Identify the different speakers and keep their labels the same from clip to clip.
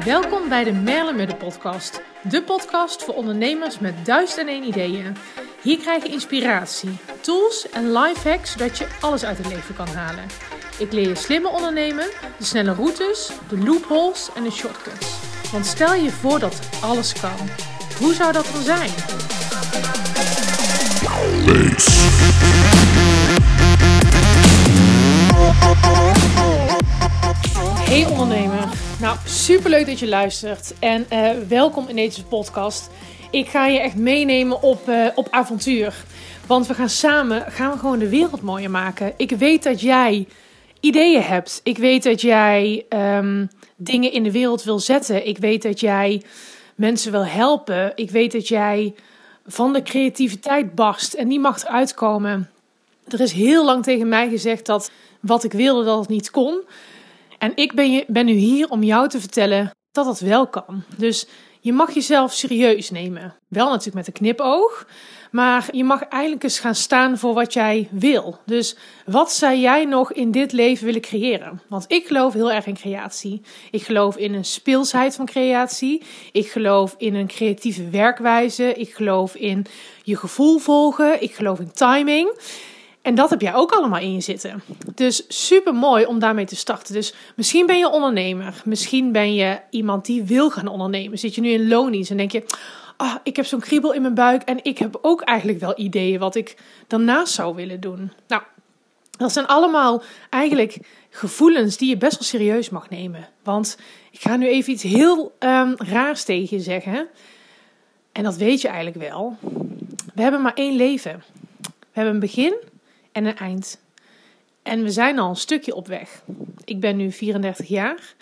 Speaker 1: Welkom bij de Merle Mudde podcast. De podcast voor ondernemers met 1001 ideeën. Hier krijg je inspiratie, tools en lifehacks zodat je alles uit het leven kan halen. Ik leer je slimmer ondernemen, de snelle routes, de loopholes en de shortcuts. Want stel je voor dat alles kan. Hoe zou dat dan zijn? Hey ondernemer, nou superleuk dat je luistert en welkom in deze podcast. Ik ga je echt meenemen op avontuur, want we gaan gewoon de wereld mooier maken. Ik weet dat jij ideeën hebt, ik weet dat jij dingen in de wereld wil zetten. Ik weet dat jij mensen wil helpen, ik weet dat jij van de creativiteit barst en die mag eruit komen. Er is heel lang tegen mij gezegd dat wat ik wilde dat het niet kon. En ik ben nu hier om jou te vertellen dat het wel kan. Dus je mag jezelf serieus nemen. Wel natuurlijk met een knipoog. Maar je mag eigenlijk eens gaan staan voor wat jij wil. Dus wat zou jij nog in dit leven willen creëren? Want ik geloof heel erg in creatie. Ik geloof in een speelsheid van creatie. Ik geloof in een creatieve werkwijze. Ik geloof in je gevoel volgen. Ik geloof in timing. En dat heb jij ook allemaal in je zitten. Dus super mooi om daarmee te starten. Dus misschien ben je ondernemer. Misschien ben je iemand die wil gaan ondernemen. Zit je nu in loondienst en denk je, ik heb zo'n kriebel in mijn buik. En ik heb ook eigenlijk wel ideeën wat ik daarnaast zou willen doen. Nou, dat zijn allemaal eigenlijk gevoelens die je best wel serieus mag nemen. Want ik ga nu even iets heel raars tegen je zeggen. En dat weet je eigenlijk wel. We hebben maar 1 leven. We hebben een begin en een eind. En we zijn al een stukje op weg. Ik ben nu 34 jaar.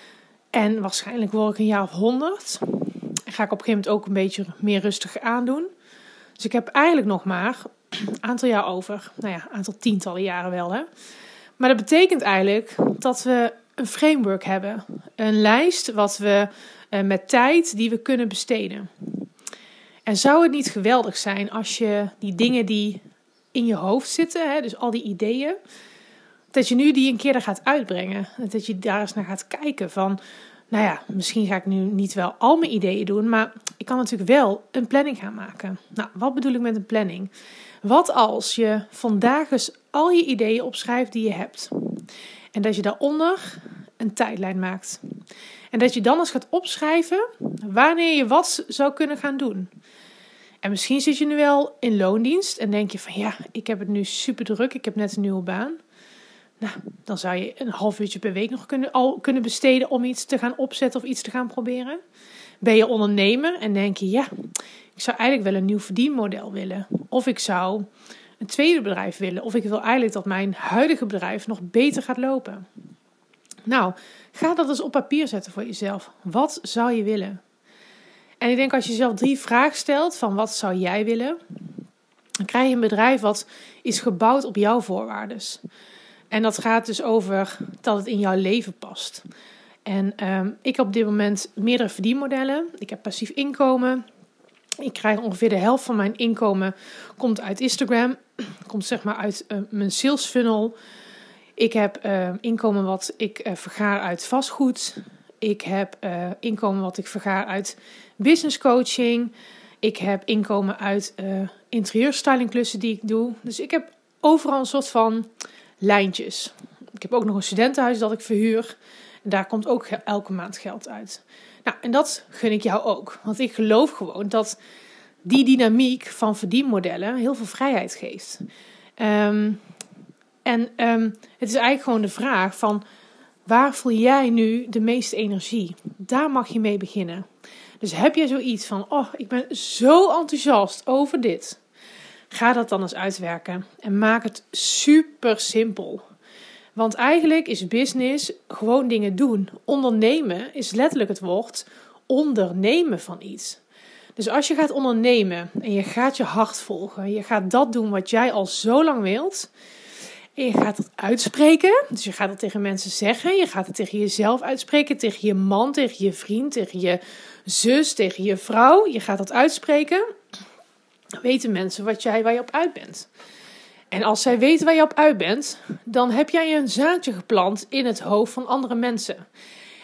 Speaker 1: En waarschijnlijk word ik een jaar of 100. En ga ik op een gegeven moment ook een beetje meer rustig aandoen. Dus ik heb eigenlijk nog maar een aantal jaar over. Nou ja, een aantal tientallen jaren wel. Hè? Maar dat betekent eigenlijk dat we een framework hebben. Een lijst wat we met tijd die we kunnen besteden. En zou het niet geweldig zijn als je die dingen die in je hoofd zitten, hè, dus al die ideeën, dat je nu die een keer er gaat uitbrengen. Dat je daar eens naar gaat kijken van, nou ja, misschien ga ik nu niet wel al mijn ideeën doen, maar ik kan natuurlijk wel een planning gaan maken. Nou, wat bedoel ik met een planning? Wat als je vandaag eens al je ideeën opschrijft die je hebt. En dat je daaronder een tijdlijn maakt. En dat je dan eens gaat opschrijven wanneer je wat zou kunnen gaan doen. En misschien zit je nu wel in loondienst en denk je van ja, ik heb het nu super druk, ik heb net een nieuwe baan. Nou, dan zou je een half uurtje per week nog kunnen besteden om iets te gaan opzetten of iets te gaan proberen. Ben je ondernemer en denk je ja, ik zou eigenlijk wel een nieuw verdienmodel willen. Of ik zou een tweede bedrijf willen. Of ik wil eigenlijk dat mijn huidige bedrijf nog beter gaat lopen. Nou, ga dat eens op papier zetten voor jezelf. Wat zou je willen? En ik denk als je jezelf 3 vragen stelt van wat zou jij willen, dan krijg je een bedrijf wat is gebouwd op jouw voorwaarden. En dat gaat dus over dat het in jouw leven past. En ik heb op dit moment meerdere verdienmodellen. Ik heb passief inkomen. Ik krijg ongeveer de helft van mijn inkomen komt uit Instagram. Komt zeg maar uit mijn sales funnel. Ik heb inkomen wat ik vergaar uit vastgoed. Ik heb inkomen wat ik vergaar uit business coaching. Ik heb inkomen uit interieurstylingklussen die ik doe. Dus ik heb overal een soort van lijntjes. Ik heb ook nog een studentenhuis dat ik verhuur. En daar komt ook elke maand geld uit. Nou, en dat gun ik jou ook. Want ik geloof gewoon dat die dynamiek van verdienmodellen heel veel vrijheid geeft. Het is eigenlijk gewoon de vraag van, waar voel jij nu de meeste energie? Daar mag je mee beginnen. Dus heb je zoiets van, ik ben zo enthousiast over dit. Ga dat dan eens uitwerken en maak het super simpel. Want eigenlijk is business gewoon dingen doen. Ondernemen is letterlijk het woord ondernemen van iets. Dus als je gaat ondernemen en je gaat je hart volgen, je gaat dat doen wat jij al zo lang wilt. En je gaat het uitspreken. Dus je gaat het tegen mensen zeggen. Je gaat het tegen jezelf uitspreken. Tegen je man, tegen je vriend, tegen je zus, tegen je vrouw. Je gaat het uitspreken. Dan weten mensen waar je op uit bent. En als zij weten waar je op uit bent, dan heb jij een zaadje geplant in het hoofd van andere mensen.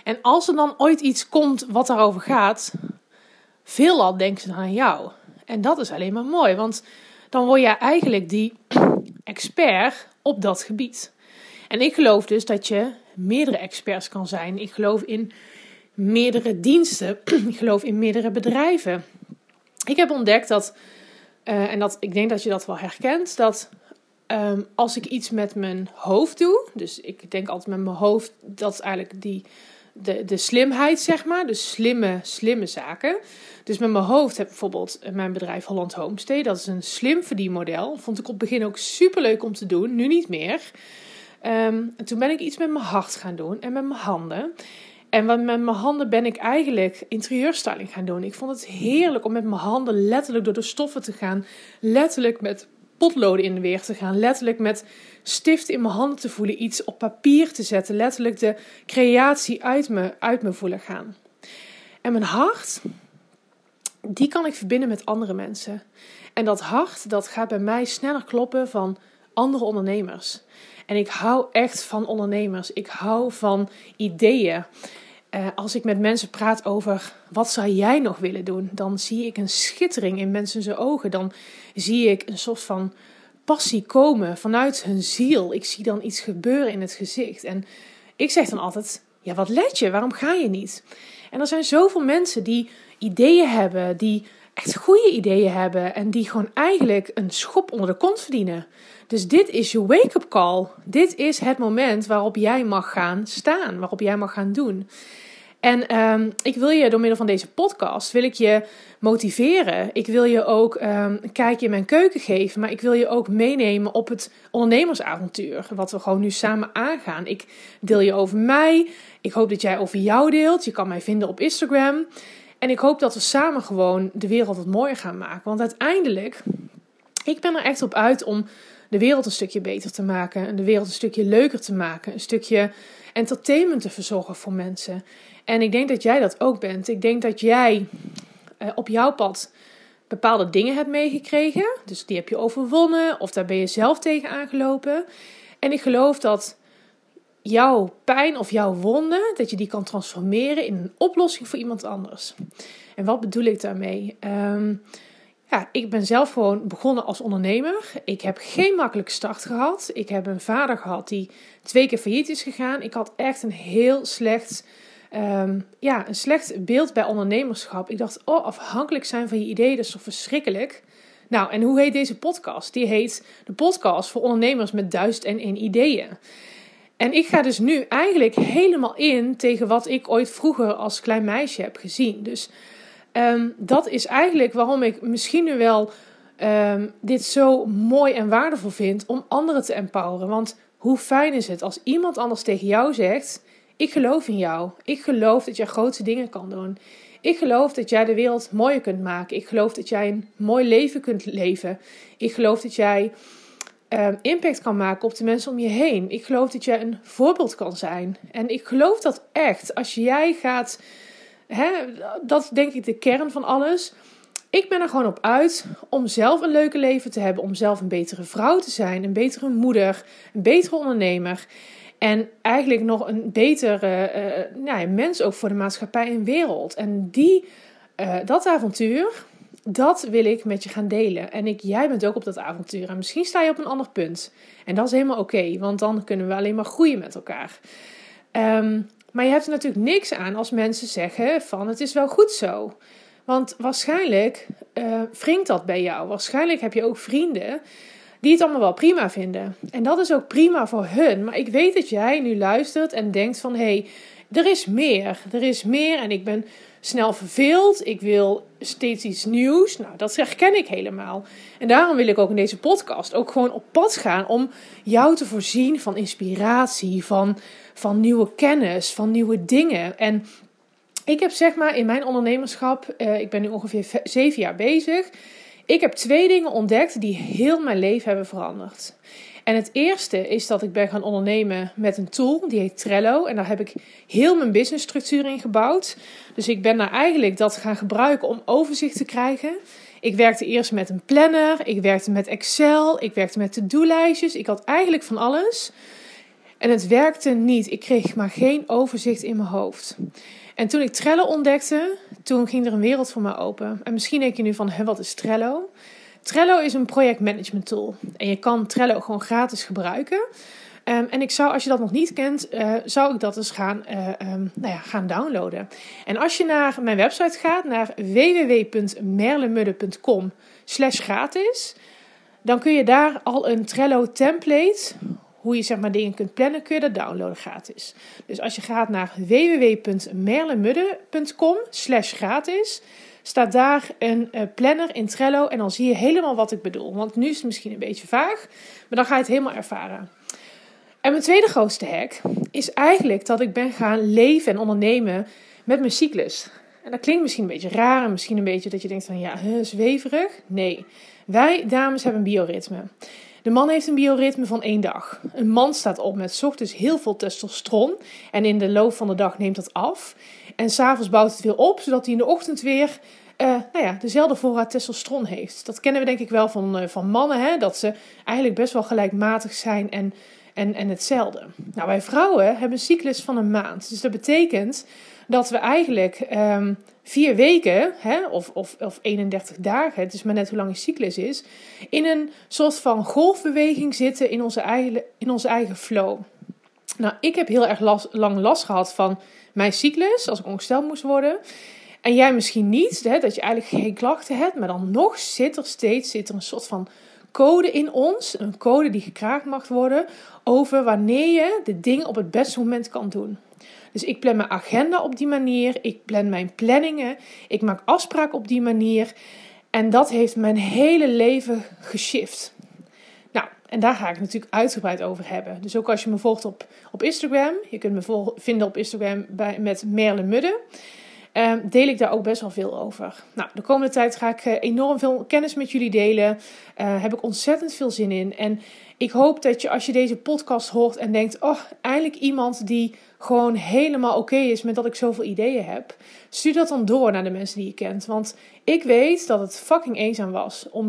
Speaker 1: En als er dan ooit iets komt wat daarover gaat, veelal denken ze dan aan jou. En dat is alleen maar mooi, want dan word jij eigenlijk die expert op dat gebied. En ik geloof dus dat je meerdere experts kan zijn. Ik geloof in meerdere diensten. Ik geloof in meerdere bedrijven. Ik heb ontdekt dat, ik denk dat je dat wel herkent, dat als ik iets met mijn hoofd doe, dus ik denk altijd met mijn hoofd, dat is eigenlijk de slimheid, zeg maar, dus slimme zaken. Dus met mijn hoofd heb ik bijvoorbeeld mijn bedrijf Holland Homestay, dat is een slim verdienmodel. Vond ik op het begin ook superleuk om te doen, nu niet meer. En toen ben ik iets met mijn hart gaan doen en met mijn handen. En met mijn handen ben ik eigenlijk interieurstyling gaan doen. Ik vond het heerlijk om met mijn handen letterlijk door de stoffen te gaan. Letterlijk met potloden in de weer te gaan. Letterlijk met stiften in mijn handen te voelen. Iets op papier te zetten. Letterlijk de creatie uit me voelen gaan. En mijn hart, die kan ik verbinden met andere mensen. En dat hart, dat gaat bij mij sneller kloppen van andere ondernemers. En ik hou echt van ondernemers. Ik hou van ideeën. Als ik met mensen praat over wat zou jij nog willen doen, dan zie ik een schittering in mensen zijn ogen. Dan zie ik een soort van passie komen vanuit hun ziel. Ik zie dan iets gebeuren in het gezicht. En ik zeg dan altijd, ja, wat let je? Waarom ga je niet? En er zijn zoveel mensen die ideeën hebben, die echt goede ideeën hebben en die gewoon eigenlijk een schop onder de kont verdienen. Dus dit is je wake-up call. Dit is het moment waarop jij mag gaan staan, waarop jij mag gaan doen. En ik wil je door middel van deze podcast, wil ik je motiveren. Ik wil je ook een kijkje in mijn keuken geven, maar ik wil je ook meenemen op het ondernemersavontuur, wat we gewoon nu samen aangaan. Ik deel je over mij, ik hoop dat jij over jou deelt. Je kan mij vinden op Instagram. En ik hoop dat we samen gewoon de wereld wat mooier gaan maken. Want uiteindelijk, ik ben er echt op uit om de wereld een stukje beter te maken. En de wereld een stukje leuker te maken. Een stukje entertainment te verzorgen voor mensen. En ik denk dat jij dat ook bent. Ik denk dat jij op jouw pad bepaalde dingen hebt meegekregen. Dus die heb je overwonnen. Of daar ben je zelf tegen aangelopen. En ik geloof dat jouw pijn of jouw wonden, dat je die kan transformeren in een oplossing voor iemand anders. En wat bedoel ik daarmee? Ik ben zelf gewoon begonnen als ondernemer. Ik heb geen makkelijke start gehad. Ik heb een vader gehad die 2 keer failliet is gegaan. Ik had echt een heel slecht beeld bij ondernemerschap. Ik dacht, afhankelijk zijn van je ideeën, dat is toch verschrikkelijk. Nou, en hoe heet deze podcast? Die heet de podcast voor ondernemers met 1001 ideeën. En ik ga dus nu eigenlijk helemaal in tegen wat ik ooit vroeger als klein meisje heb gezien. Dus dat is eigenlijk waarom ik misschien nu wel dit zo mooi en waardevol vind om anderen te empoweren. Want hoe fijn is het als iemand anders tegen jou zegt, ik geloof in jou. Ik geloof dat jij grote dingen kan doen. Ik geloof dat jij de wereld mooier kunt maken. Ik geloof dat jij een mooi leven kunt leven. Ik geloof dat jij impact kan maken op de mensen om je heen. Ik geloof dat jij een voorbeeld kan zijn. En ik geloof dat echt. Als jij gaat, dat is denk ik de kern van alles. Ik ben er gewoon op uit om zelf een leuke leven te hebben. Om zelf een betere vrouw te zijn. Een betere moeder. Een betere ondernemer. En eigenlijk nog een betere mens ook voor de maatschappij en wereld. En dat avontuur, dat wil ik met je gaan delen. En jij bent ook op dat avontuur. En misschien sta je op een ander punt. En dat is helemaal oké, want dan kunnen we alleen maar groeien met elkaar. Maar je hebt er natuurlijk niks aan als mensen zeggen van het is wel goed zo. Want waarschijnlijk wringt dat bij jou. Waarschijnlijk heb je ook vrienden die het allemaal wel prima vinden. En dat is ook prima voor hun. Maar ik weet dat jij nu luistert en denkt van hé, er is meer. Er is meer en ik ben snel verveeld. Ik wil steeds iets nieuws. Nou, dat herken ik helemaal. En daarom wil ik ook in deze podcast ook gewoon op pad gaan om jou te voorzien van inspiratie, van nieuwe kennis, van nieuwe dingen. En ik heb zeg maar in mijn ondernemerschap, ik ben nu ongeveer 7 jaar bezig. Ik heb 2 dingen ontdekt die heel mijn leven hebben veranderd. En het eerste is dat ik ben gaan ondernemen met een tool, die heet Trello. En daar heb ik heel mijn businessstructuur in gebouwd. Dus ik ben daar eigenlijk dat gaan gebruiken om overzicht te krijgen. Ik werkte eerst met een planner, ik werkte met Excel, ik werkte met to-do-lijstjes. Ik had eigenlijk van alles. En het werkte niet. Ik kreeg maar geen overzicht in mijn hoofd. En toen ik Trello ontdekte, toen ging er een wereld voor mij open. En misschien denk je nu van, wat is Trello? Trello is een projectmanagement tool. En je kan Trello gewoon gratis gebruiken. En ik zou, als je dat nog niet kent, zou ik dat eens gaan downloaden. En als je naar mijn website gaat, naar www.merlemudde.com/gratis, dan kun je daar al een Trello template, hoe je dingen kunt plannen, kun je dat downloaden gratis. Dus als je gaat naar www.merlemudde.com/gratis, staat daar een planner in Trello en dan zie je helemaal wat ik bedoel. Want nu is het misschien een beetje vaag, maar dan ga je het helemaal ervaren. En mijn tweede grootste hack is eigenlijk dat ik ben gaan leven en ondernemen met mijn cyclus. En dat klinkt misschien een beetje raar en misschien een beetje dat je denkt van zweverig. Nee, wij dames hebben een bioritme. De man heeft een bioritme van 1 dag. Een man staat op met 's ochtends heel veel testosteron en in de loop van de dag neemt dat af. En 's avonds bouwt het weer op, zodat hij in de ochtend weer dezelfde voorraad testosteron heeft. Dat kennen we denk ik wel van mannen, hè? Dat ze eigenlijk best wel gelijkmatig zijn en hetzelfde. Nou, wij vrouwen hebben een cyclus van een maand. Dus dat betekent dat we eigenlijk 4 weken of 31 dagen, het is maar net hoe lang je cyclus is, in een soort van golfbeweging zitten in onze eigen flow. Nou, ik heb heel erg lang last gehad van mijn cyclus, als ik ongesteld moest worden. En jij misschien niet, dat je eigenlijk geen klachten hebt, maar dan nog zit er een soort van code in ons, een code die gekraakt mag worden, over wanneer je de dingen op het beste moment kan doen. Dus ik plan mijn agenda op die manier, ik plan mijn planningen, ik maak afspraken op die manier. En dat heeft mijn hele leven geshift. Nou, en daar ga ik natuurlijk uitgebreid over hebben. Dus ook als je me volgt op Instagram, je kunt me vinden op Instagram met Merle Mudde. Deel ik daar ook best wel veel over. Nou, de komende tijd ga ik enorm veel kennis met jullie delen. Heb ik ontzettend veel zin in. En ik hoop dat je, als je deze podcast hoort en denkt, eindelijk iemand die gewoon helemaal oké is met dat ik zoveel ideeën heb. Stuur dat dan door naar de mensen die je kent. Want ik weet dat het fucking eenzaam was om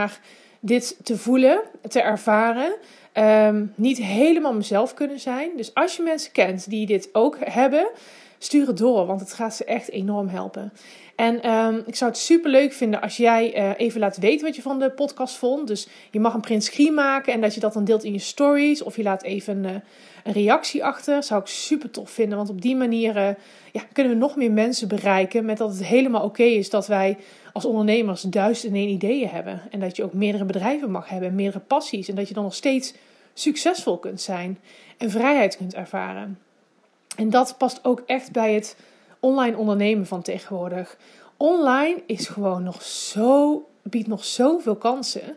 Speaker 1: dit te voelen, te ervaren. Niet helemaal mezelf kunnen zijn. Dus als je mensen kent die dit ook hebben, stuur het door, want het gaat ze echt enorm helpen. En ik zou het super leuk vinden als jij even laat weten wat je van de podcast vond. Dus je mag een print screen maken en dat je dat dan deelt in je stories. Of je laat even een reactie achter. Zou ik super tof vinden, want op die manier kunnen we nog meer mensen bereiken. Met dat het helemaal oké is dat wij als ondernemers 1001 ideeën hebben. En dat je ook meerdere bedrijven mag hebben, meerdere passies. En dat je dan nog steeds succesvol kunt zijn en vrijheid kunt ervaren. En dat past ook echt bij het online ondernemen van tegenwoordig. Online is gewoon biedt nog zoveel kansen.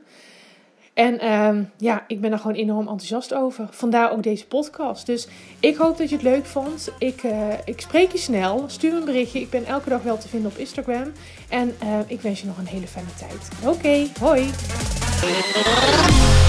Speaker 1: En ik ben daar gewoon enorm enthousiast over. Vandaar ook deze podcast. Dus ik hoop dat je het leuk vond. Ik spreek je snel. Stuur een berichtje. Ik ben elke dag wel te vinden op Instagram. En ik wens je nog een hele fijne tijd. Oké, hoi!